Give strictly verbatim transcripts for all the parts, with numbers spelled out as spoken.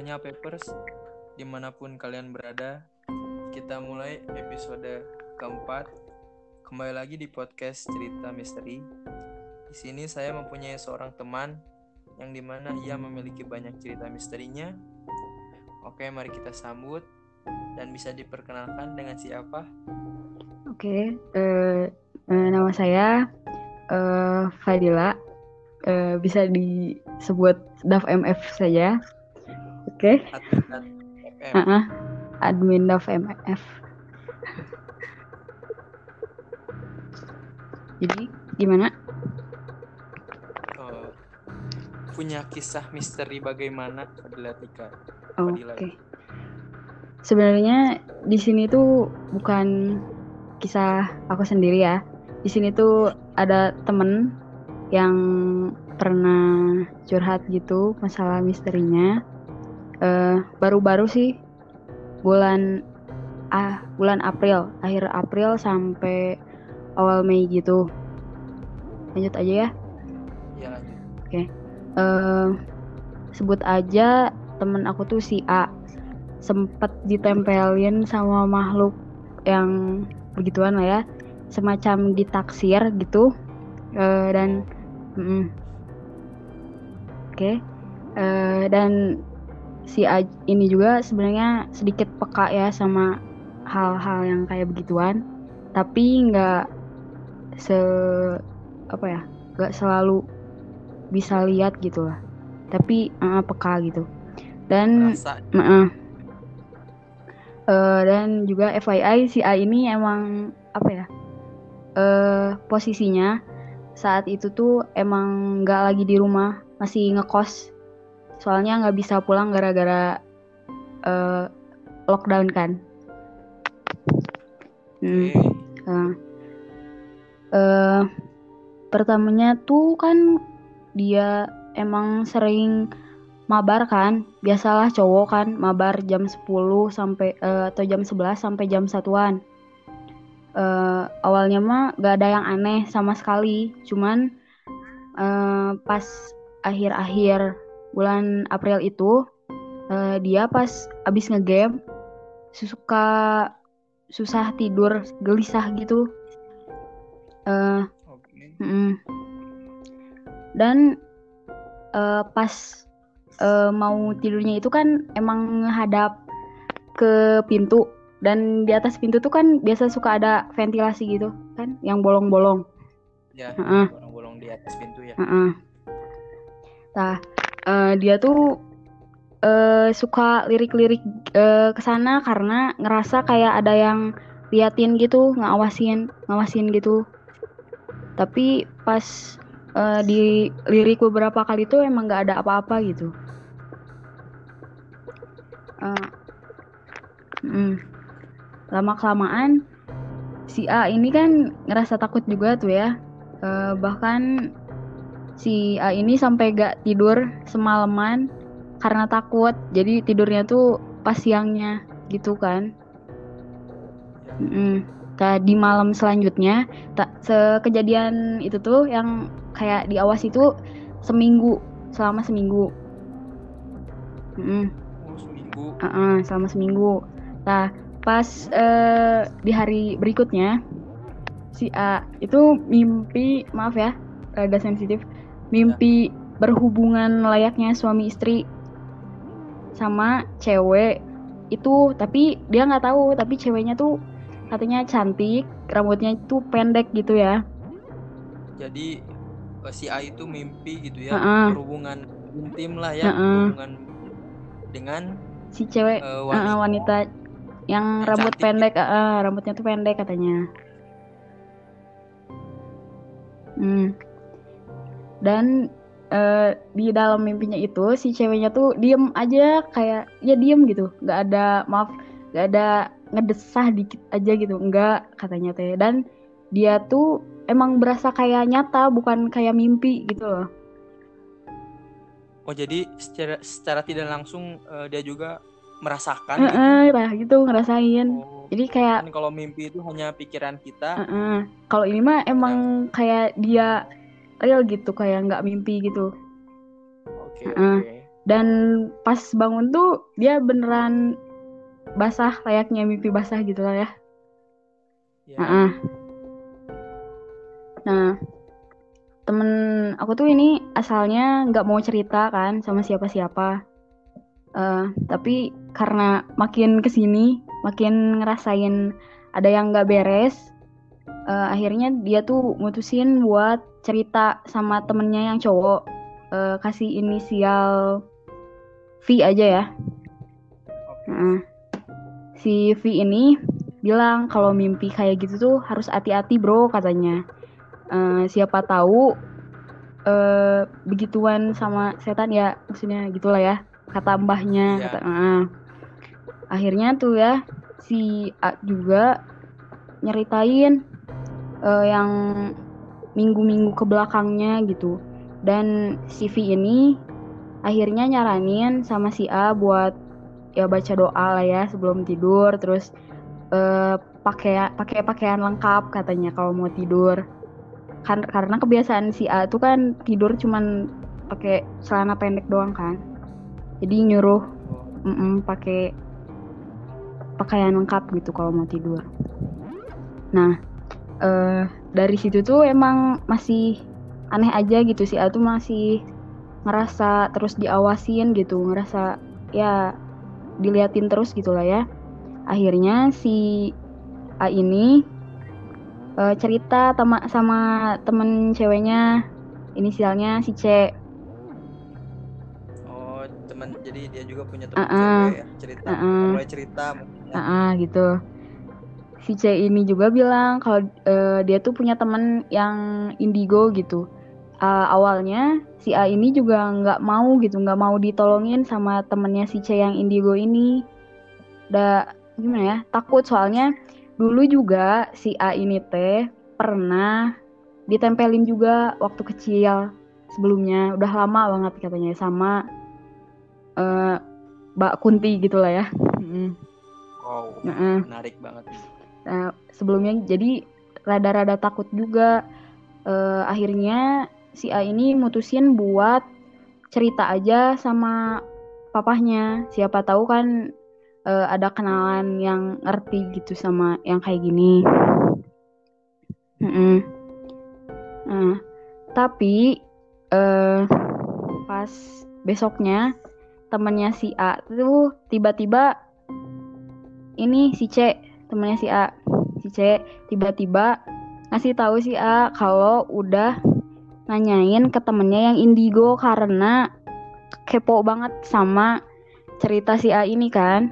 semuanya Papers, dimanapun kalian berada. Kita mulai episode keempat. Kembali lagi di podcast Cerita Misteri. Di sini saya mempunyai seorang teman yang dimana ia memiliki banyak cerita misterinya. Oke, mari kita sambut. Dan bisa diperkenalkan dengan siapa? Oke, uh, uh, nama saya uh, Fadila. Uh, bisa disebut Daf M F saja. Oke. Okay. Admin Daf M F. Uh-uh. Admin Daf M F. Jadi gimana? Uh, punya kisah misteri bagaimana Fadila Tika? Oh, Oke. Okay. Sebenarnya di sini tuh bukan kisah aku sendiri ya. Di sini tuh ada temen yang pernah curhat gitu masalah misterinya. Uh, baru-baru sih bulan ah bulan April, akhir April sampai awal Mei gitu. Lanjut aja ya. Iya lanjut. Oke. Okay. Uh, sebut aja temen aku tuh si A. Sempet ditempelin sama makhluk yang begituan lah ya, semacam ditaksir gitu. Uh, dan mm, oke okay. uh, dan si A ini juga sebenarnya sedikit peka ya sama hal-hal yang kayak begituan, tapi nggak se apa ya nggak selalu bisa lihat gitu lah, tapi uh, peka gitu. Dan uh, uh, dan juga F Y I si A ini emang apa ya uh, posisinya saat itu tuh emang nggak lagi di rumah, masih ngekos. Soalnya nggak bisa pulang gara-gara uh, lockdown kan. Hmm. Uh, uh, pertamanya tuh kan dia emang sering mabar kan. Biasalah cowok kan mabar jam sepuluh sampai uh, atau jam sebelas sampai jam satuan. Uh, awalnya mah gak ada yang aneh sama sekali, cuman uh, pas akhir-akhir bulan April itu uh, dia pas abis ngegame suka susah tidur, gelisah gitu. Uh, okay. mm-mm. Dan uh, pas uh, mau tidurnya itu kan emang menghadap ke pintu. Dan di atas pintu tuh kan biasa suka ada ventilasi gitu kan, yang bolong-bolong. Ya, uh-uh. bolong-bolong di atas pintu ya. Uh-uh. Nah, uh, dia tuh uh, suka lirik-lirik uh, ke sana karena ngerasa kayak ada yang liatin gitu, ngawasin, ngawasin gitu. Tapi pas uh, di lirik beberapa kali tuh emang nggak ada apa-apa gitu. Uh, mm. Lama-kelamaan si A ini kan ngerasa takut juga tuh ya. Uh, bahkan si A ini sampai gak tidur semalaman karena takut. Jadi tidurnya tuh pas siangnya gitu kan. Mm-mm. Nah, di malam selanjutnya tak sekejadian itu tuh yang kayak diawasi itu seminggu, selama seminggu. Mm. Oh, seminggu. Uh-uh, selama seminggu. Nah, pas uh, di hari berikutnya si A itu mimpi, maaf ya rada sensitif, mimpi ya. Berhubungan layaknya suami istri sama cewek itu, tapi dia nggak tahu, tapi ceweknya tuh katanya cantik, rambutnya itu pendek gitu ya. Jadi si A itu mimpi gitu ya, uh-uh. berhubungan intim lah ya, uh-uh. berhubungan dengan si cewek uh, wanita, uh, wanita yang, yang rambut pendek, gitu. uh, rambutnya tuh pendek katanya. Hmm. Dan uh, di dalam mimpinya itu si ceweknya tuh diem aja, kayak ya diem gitu, nggak ada maaf, nggak ada ngedesah dikit aja gitu, nggak katanya teh. Dan dia tuh emang berasa kayak nyata, bukan kayak mimpi gitu loh. Oh jadi secara secara tidak langsung uh, dia juga merasakan uh, gitu? Lah gitu ngerasain. Oh, jadi kayak kan kalau mimpi itu hanya pikiran kita. Uh-uh. Kalau ini mah emang nah. kayak dia real gitu, kayak nggak mimpi gitu. Oke okay, uh-uh. oke. Okay. Dan pas bangun tuh dia beneran basah, layaknya mimpi basah gitu lah ya. Ya. Nah, nah temen aku tuh ini asalnya nggak mau cerita kan sama siapa-siapa. Uh, tapi karena makin kesini, makin ngerasain ada yang nggak beres, uh, akhirnya dia tuh mutusin buat cerita sama temennya yang cowok, uh, kasih inisial V aja ya. Oke. Nah, si V ini bilang kalau mimpi kayak gitu tuh harus hati-hati bro katanya. Uh, siapa tahu uh, begituan sama setan ya, maksudnya gitulah ya, kata mbahnya. Iya. Kata, uh. Akhirnya tuh ya si A juga nyeritain uh, yang minggu-minggu ke belakangnya gitu. Dan si V ini akhirnya nyaranin sama si A buat ya baca doa lah ya sebelum tidur, terus uh, pakai pakai pakaian lengkap katanya kalau mau tidur. Kan karena kebiasaan si A tuh kan tidur cuman pakai celana pendek doang kan. Jadi nyuruh oh. pakai pakaian lengkap gitu kalau mau tidur. Nah, uh, dari situ tuh emang masih aneh aja gitu, si A tuh masih ngerasa terus diawasin gitu, ngerasa ya diliatin terus gitulah ya. Akhirnya si A ini uh, cerita sama sama temen ceweknya, inisialnya si C. Oh, teman, jadi dia juga punya teman uh-uh. cewek ya, cerita, uh-uh. mulai cerita mungkin. Uh-uh, gitu. Si C ini juga bilang kalau uh, dia tuh punya teman yang indigo gitu. Uh, awalnya si A ini juga nggak mau gitu, nggak mau ditolongin sama temennya si C yang indigo ini. Udah gimana ya, takut soalnya dulu juga si A ini teh pernah ditempelin juga waktu kecil sebelumnya, udah lama banget katanya, sama uh, Mbak Kunti gitulah ya. Wow, uh-uh. menarik banget. Nah, sebelumnya jadi rada-rada takut juga. Uh, akhirnya si A ini mutusin buat cerita aja sama papahnya. Siapa tahu kan uh, ada kenalan yang ngerti gitu sama yang kayak gini. Mm-mm. Nah, tapi uh, pas besoknya temennya si A tuh tiba-tiba ini si C, temennya si A, si C tiba-tiba ngasih tahu si A kalau udah nanyain ke temennya yang indigo karena kepo banget sama cerita si A ini kan.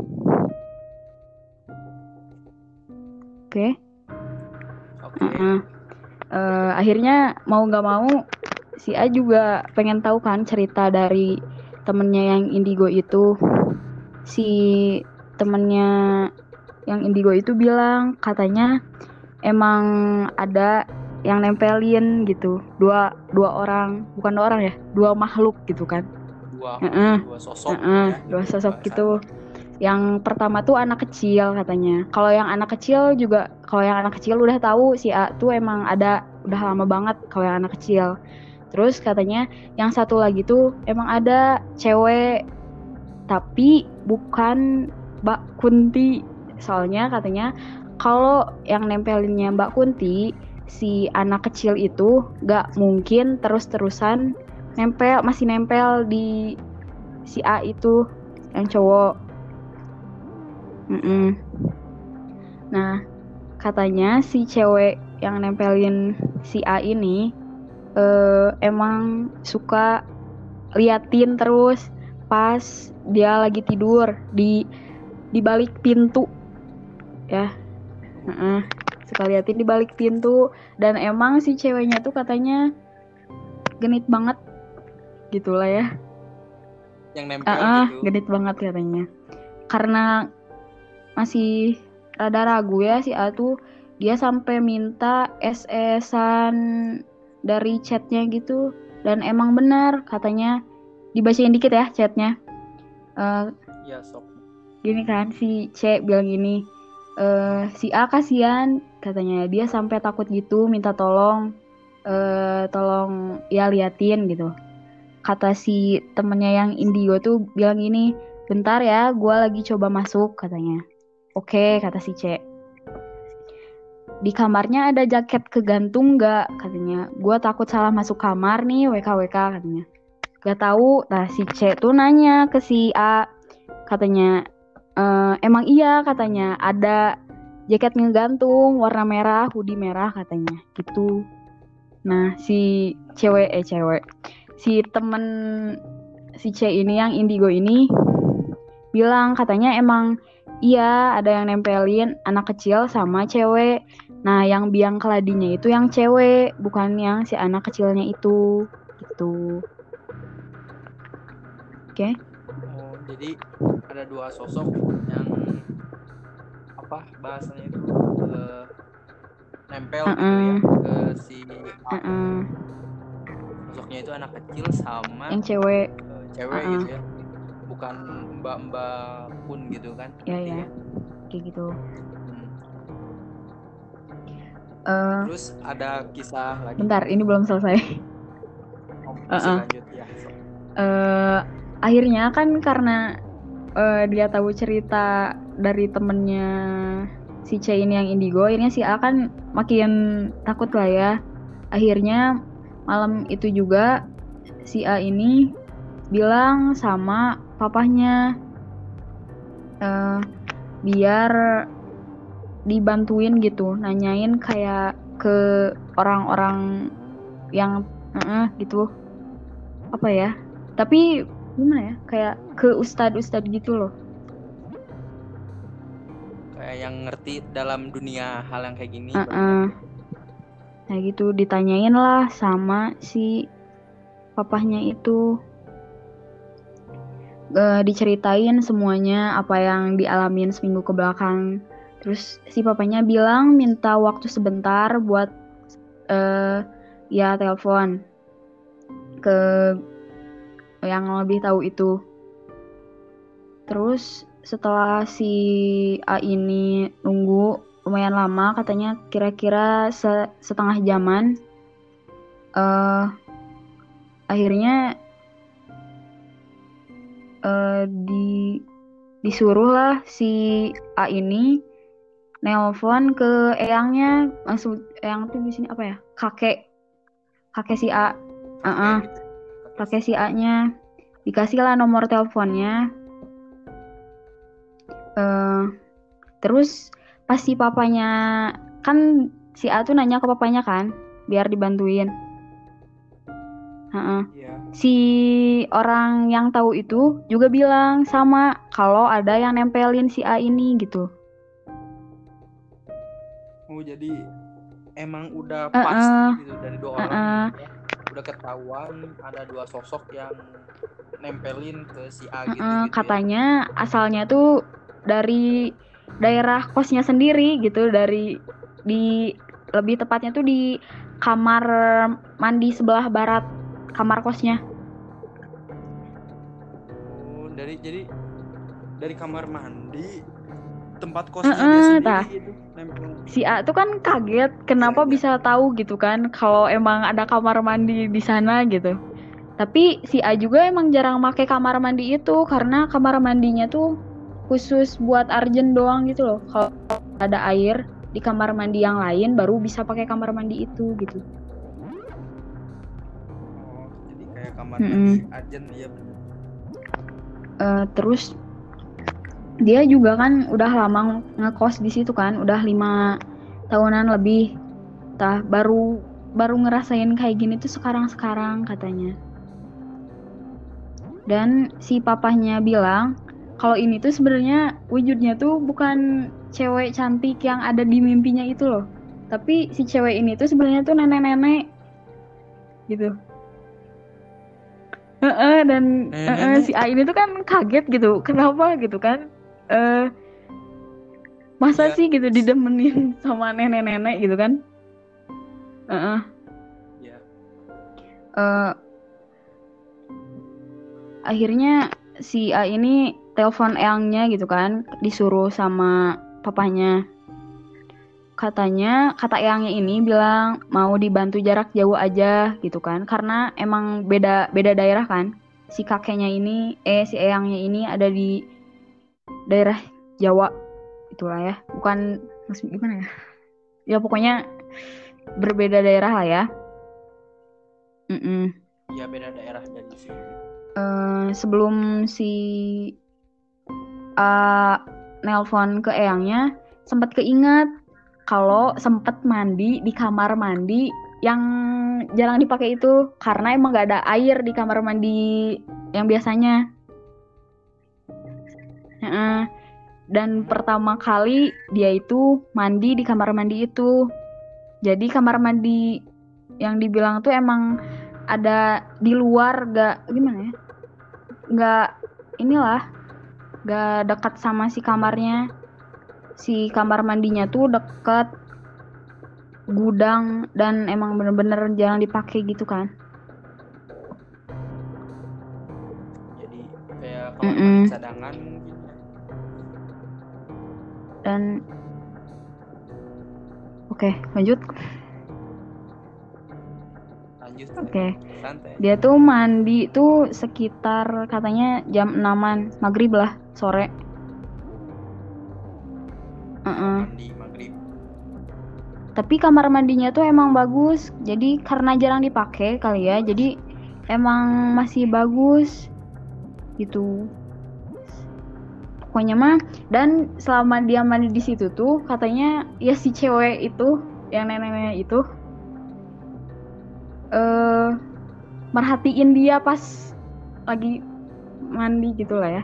Oke. Okay. Oke. Okay. Uh-uh. Uh, akhirnya mau nggak mau si A juga pengen tahu kan cerita dari temennya yang indigo itu. Si temennya yang indigo itu bilang katanya emang ada yang nempelin gitu, dua dua orang, bukan dua orang ya, dua makhluk gitu kan. Dua, uh-uh. dua sosok. Uh-uh. Ya, dua sosok gitu. Yang pertama tuh anak kecil katanya. Kalau yang anak kecil juga, kalau yang anak kecil udah tahu si A tuh emang ada udah lama banget kalau yang anak kecil. Terus katanya yang satu lagi tuh emang ada cewek, tapi bukan Mbak Kunti. Soalnya katanya kalau yang nempelinnya Mbak Kunti, si anak kecil itu gak mungkin terus-terusan nempel, masih nempel di si A itu yang cowok. Mm-mm. Nah, katanya si cewek yang nempelin si A ini uh, emang suka liatin terus pas dia lagi tidur di di balik pintu ya. Uh-uh. Suka liatin di balik pintu, dan emang si ceweknya tuh katanya genit banget gitulah ya. Yang nempel uh-uh, gitu. Genit banget katanya. Karena masih rada ragu ya si A tuh, dia sampai minta S S-an dari chatnya gitu, dan emang benar katanya. Dibacain dikit ya chatnya. Uh, ya sok. Gini kan si C bilang gini, uh, si A kasihan katanya, dia sampai takut gitu minta tolong, uh, tolong ya liatin gitu. kata si temennya yang indigo tuh bilang gini, bentar ya, gue lagi coba masuk katanya. Oke, kata si C. Di kamarnya ada jaket kegantung nggak katanya. Gue takut salah masuk kamar nih, W K W K katanya. Gak tahu. Nah si C tuh nanya ke si A, katanya e, emang iya katanya ada jaket ngegantung warna merah, hoodie merah katanya gitu. Nah si cewek eh cewek si temen si C ini yang indigo ini bilang katanya emang iya ada yang nempelin anak kecil sama cewek. Nah yang biang keladinya itu yang cewek, bukan yang si anak kecilnya itu gitu. Oke. Okay. Oh jadi ada dua sosok yang apa bahasanya itu uh, nempel uh-uh. gitu ya ke si uh-uh. sosoknya itu anak kecil sama yang cewek uh, cewek uh-uh. gitu ya, bukan mbak-mbak pun gitu kan. Iya ya kayak gitu. hmm. uh, Terus ada kisah lagi. Bentar ini belum selesai. Oh, masih uh-uh. lanjut ya. uh, akhirnya kan karena uh, dia tahu cerita dari temennya si C ini yang indigo, akhirnya si A kan makin takut lah ya. Akhirnya malam itu juga si A ini bilang sama papahnya uh, biar dibantuin gitu, nanyain kayak ke orang-orang yang uh, gitu apa ya, tapi gimana ya, kayak ke ustadz-ustadz gitu loh, kayak yang ngerti dalam dunia hal yang kayak gini. uh-uh. Nah gitu ditanyain lah sama si papahnya itu, e, diceritain semuanya apa yang dialamin seminggu ke belakang. Terus si papanya bilang minta waktu sebentar buat uh, ya telepon ke yang lebih tahu itu. Terus setelah si A ini nunggu lumayan lama, katanya kira-kira se- setengah jaman, uh, akhirnya uh, di disuruh lah si A ini nelpon ke eyangnya, maksud eyang tuh di sini apa ya, kakek kakek si A, uh-uh. kakek si A-nya, dikasih lah nomor teleponnya. Uh, terus pas si papanya, kan si A tuh nanya ke papanya kan biar dibantuin. uh-uh. yeah. Si orang yang tahu itu juga bilang sama kalau ada yang nempelin si A ini gitu. Oh jadi emang udah uh-uh. pasti gitu dari dua orang uh-uh. gitu ya. Udah ketahuan ada dua sosok yang nempelin ke si A gitu, uh-uh. gitu katanya ya. Asalnya tuh dari daerah kosnya sendiri gitu, dari di lebih tepatnya tuh di kamar mandi sebelah barat kamar kosnya. Oh dari jadi dari kamar mandi tempat kosnya uh-uh, dia sendiri nah, gitu. Si A tuh kan kaget kenapa ya, bisa ya. tahu gitu kan kalau emang ada kamar mandi di sana gitu. Tapi si A juga emang jarang pakai kamar mandi itu karena kamar mandinya tuh khusus buat Arjen doang gitu loh. Kalau ada air di kamar mandi yang lain baru bisa pakai kamar mandi itu gitu. Oh, jadi kayak kamar mm-hmm. mandi Arjen ya benar. Uh, terus dia juga kan udah lama ngekos di situ kan, udah lima tahunan lebih. Tah baru baru ngerasain kayak gini tuh sekarang-sekarang katanya. Dan si papahnya bilang kalau ini tuh sebenarnya wujudnya tuh bukan cewek cantik yang ada di mimpinya itu loh, tapi si cewek ini tuh sebenarnya tuh nenek-nenek gitu. Uh-uh, dan uh-uh, si A ini tuh kan kaget gitu, kenapa gitu kan? Uh, masa ya. sih gitu didemenin sama nenek-nenek gitu kan? Uh-uh. Ya. Uh, akhirnya si A ini telepon eyangnya gitu kan, disuruh sama papanya. katanya kata eyangnya ini bilang mau dibantu jarak jauh aja gitu kan, karena emang beda beda daerah kan. Si kakeknya ini eh si eyangnya ini ada di daerah Jawa itulah ya, bukan maksud gimana ya, ya pokoknya berbeda daerah lah ya. Mm-mm. Ya beda daerah dari sini. Eh, sebelum si A nelpon ke eyangnya sempat keinget kalau sempat mandi di kamar mandi yang jarang dipakai itu, karena emang gak ada air di kamar mandi yang biasanya. Heeh. Dan pertama kali dia itu mandi di kamar mandi itu. Jadi kamar mandi yang dibilang tuh emang ada di luar, gak gimana ya, gak inilah, gak dekat sama si kamarnya. Si kamar mandinya tuh deket gudang dan emang bener-bener jarang dipakai gitu kan. Jadi kayak kamar Mm-mm. mandi cadangan mungkin. Dan oke, lanjut. Lanjut. Oke. Santai. Dia tuh mandi tuh sekitar katanya jam enaman maghrib lah, sore. Uh-uh. Mandi maghrib. Tapi kamar mandinya tuh emang bagus. Jadi karena jarang dipakai kali ya, jadi emang masih bagus gitu. Pokoknya mah, dan selama dia mandi di situ tuh katanya ya si cewek itu yang nenek-nenek itu eh merhatiin dia pas lagi mandi gitu lah ya.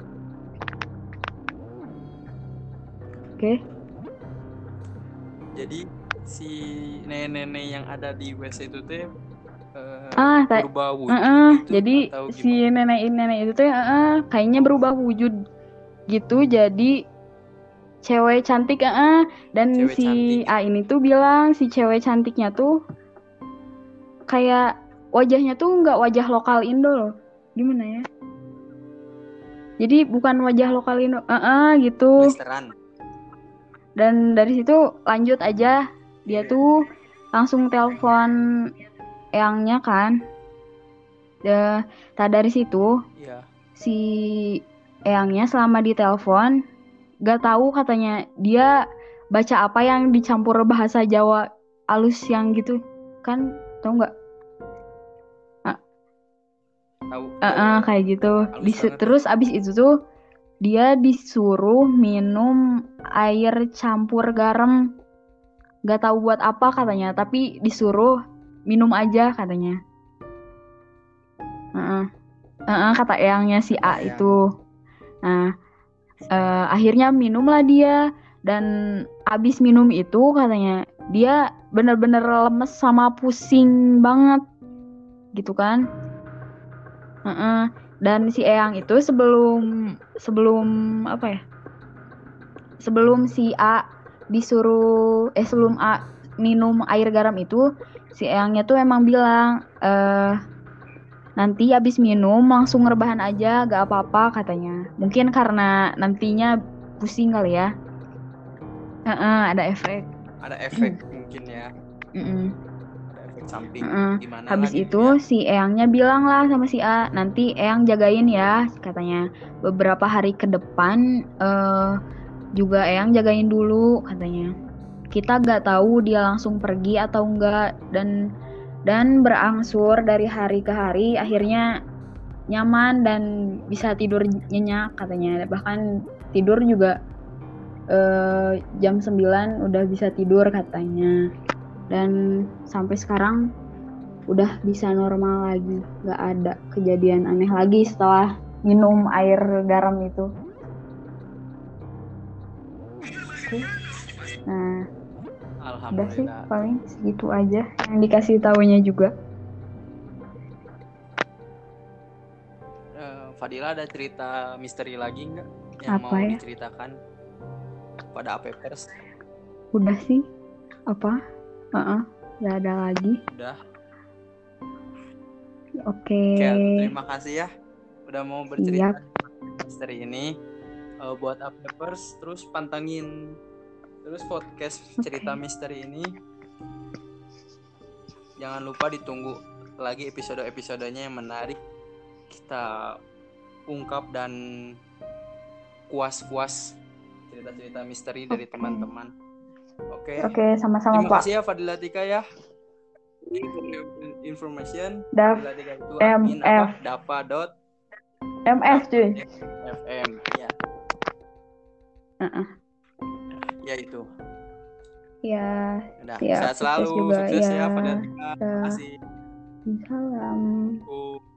Oke. Jadi si nenek-nenek yang ada di W C itu teh uh, ah, ta- berubah wujud uh-uh. gitu. Jadi si nenek-nenek itu tuh uh-uh, kayaknya berubah wujud gitu, jadi cewek cantik uh-uh. Dan cewek si cantik. A ini tuh bilang si cewek cantiknya tuh kayak wajahnya tuh nggak wajah lokal Indo loh, gimana ya, jadi bukan wajah lokal Indo uh-uh, gitu. Western. Dan dari situ lanjut aja, dia tuh langsung telepon eyangnya kan. De, tak dari situ yeah. Si eyangnya selama ditelepon gak tahu katanya dia baca apa yang dicampur bahasa Jawa alus yang gitu kan, tau nggak? Tahu. Uh-uh, kayak gitu. Dis- terus abis itu tuh dia disuruh minum air campur garam. Gak tahu buat apa katanya, tapi disuruh minum aja katanya. Uh-uh. Uh-uh, kata eyangnya si A Eyang. Itu. Nah, uh, akhirnya minumlah dia, dan abis minum itu katanya dia bener-bener lemes sama pusing banget, gitu kan? Uh-uh. Dan si eyang itu sebelum sebelum apa ya? Sebelum si A disuruh eh sebelum A minum air garam itu, si eyangnya tuh emang bilang eh nanti abis minum langsung rebahan aja, gak apa-apa katanya. Mungkin karena nantinya pusing kali ya. Uh-uh, ada efek. Ada efek mungkin ya. Uh-uh. Samping uh-uh. gimana. Habis itu ya? Si eyangnya bilang lah sama si A, nanti eyang jagain ya katanya. Beberapa hari ke depan uh, juga eyang jagain dulu katanya. Kita gak tahu dia langsung pergi atau enggak, dan dan berangsur dari hari ke hari akhirnya nyaman dan bisa tidur nyenyak katanya. Bahkan tidur juga uh, jam sembilan udah bisa tidur katanya. Dan sampai sekarang udah bisa normal lagi, gak ada kejadian aneh lagi setelah minum air garam itu. Oke. Nah, udah sih paling segitu aja yang dikasih taunya juga. uh, Fadila ada cerita misteri lagi nggak yang apa mau ya? diceritakan pada A P Pers? Udah sih. Apa? Uh-uh, gak ada lagi. Udah. Oke. Oke, terima kasih ya udah mau bercerita Siap. misteri ini. Uh, buat A P Pers terus pantengin Terus podcast cerita misteri ini jangan lupa ditunggu lagi episode-episodenya yang menarik. Kita ungkap dan kuas-kuas cerita-cerita misteri dari Oke. teman-teman. Oke. Oke, sama-sama Terima Pak. kasih ya Fadilatika ya. Information Dav Fadilatika itu M admin F apa? Dapa dot M S cuy. F M ya. Uh-uh. Ya itu. Ya, Udah, siap. sehat selalu, Sukses juga sukses ya. ya Fadilatika. Terima Ya. kasih. Salam. Oh.